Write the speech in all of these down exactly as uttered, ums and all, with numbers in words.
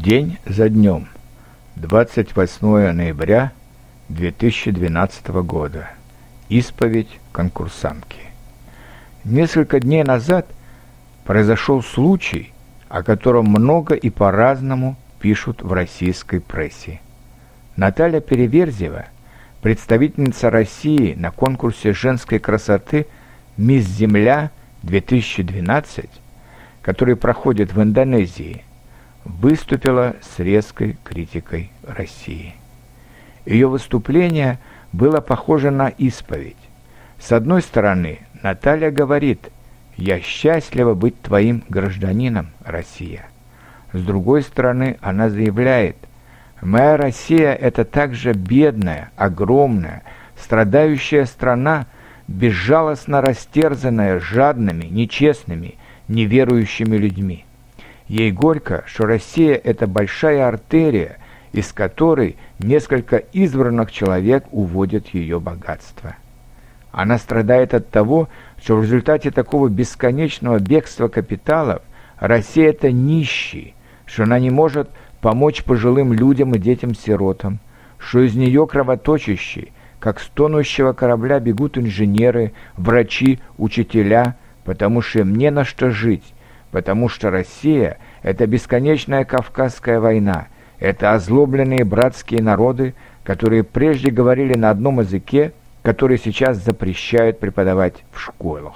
День за днем. двадцать восьмое ноября две тысячи двенадцатого года. Исповедь конкурсантки. Несколько дней назад произошел случай, о котором много и по-разному пишут в российской прессе. Наталья Переверзева, представительница России на конкурсе женской красоты «Мисс Земля-две тысячи двенадцать», который проходит в Индонезии, выступила с резкой критикой России. Ее выступление было похоже на исповедь. С одной стороны, Наталья говорит: «Я счастлива быть твоим гражданином, Россия». С другой стороны, она заявляет: «Моя Россия – это также бедная, огромная, страдающая страна, безжалостно растерзанная жадными, нечестными, неверующими людьми». Ей горько, что Россия – это большая артерия, из которой несколько избранных человек уводят ее богатство. Она страдает от того, что в результате такого бесконечного бегства капиталов Россия – это нищий, что она не может помочь пожилым людям и детям-сиротам, что из нее кровоточащей, как с тонущего корабля бегут инженеры, врачи, учителя, потому что им не на что жить, потому что Россия – это бесконечная Кавказская война, это озлобленные братские народы, которые прежде говорили на одном языке, который сейчас запрещают преподавать в школах.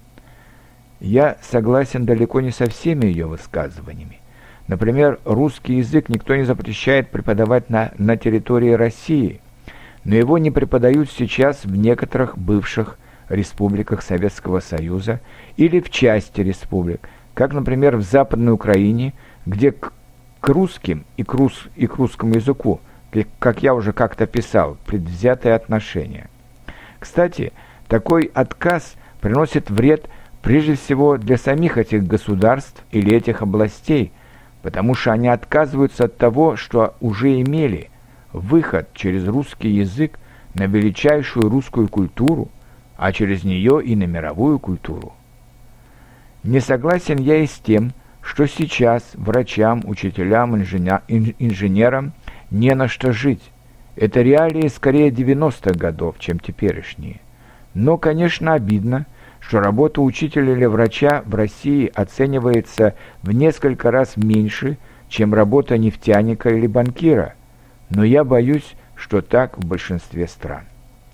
Я согласен далеко не со всеми ее высказываниями. Например, русский язык никто не запрещает преподавать на, на территории России, но его не преподают сейчас в некоторых бывших республиках Советского Союза или в части республик, как, например, в Западной Украине, где к, к русским и к, рус, и к русскому языку, как я уже как-то писал, предвзятое отношение. Кстати, такой отказ приносит вред прежде всего для самих этих государств или этих областей, потому что они отказываются от того, что уже имели, выход через русский язык на величайшую русскую культуру, а через нее и на мировую культуру. Не согласен я и с тем, что сейчас врачам, учителям, инженер, инженерам не на что жить. Это реалии скорее девяностых годов, чем теперешние. Но, конечно, обидно, что работа учителя или врача в России оценивается в несколько раз меньше, чем работа нефтяника или банкира. Но я боюсь, что так в большинстве стран.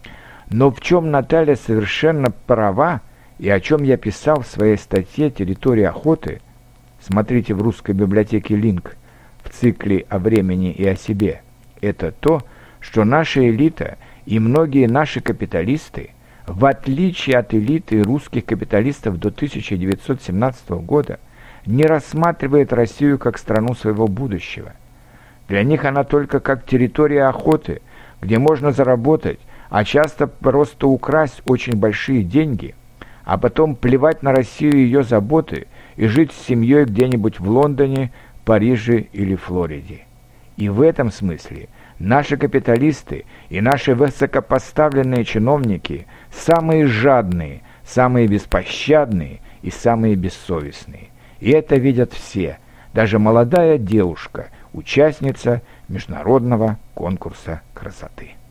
Но в чем Наталья совершенно права, и о чем я писал в своей статье «Территория охоты», смотрите в русской библиотеке линк в цикле «О времени и о себе», это то, что наша элита и многие наши капиталисты, в отличие от элиты русских капиталистов до тысяча девятьсот семнадцатого года, не рассматривают Россию как страну своего будущего. Для них она только как территория охоты, где можно заработать, а часто просто украсть очень большие деньги, а потом плевать на Россию и ее заботы и жить с семьей где-нибудь в Лондоне, Париже или Флориде. И в этом смысле наши капиталисты и наши высокопоставленные чиновники самые жадные, самые беспощадные и самые бессовестные. И это видят все, даже молодая девушка, участница международного конкурса красоты.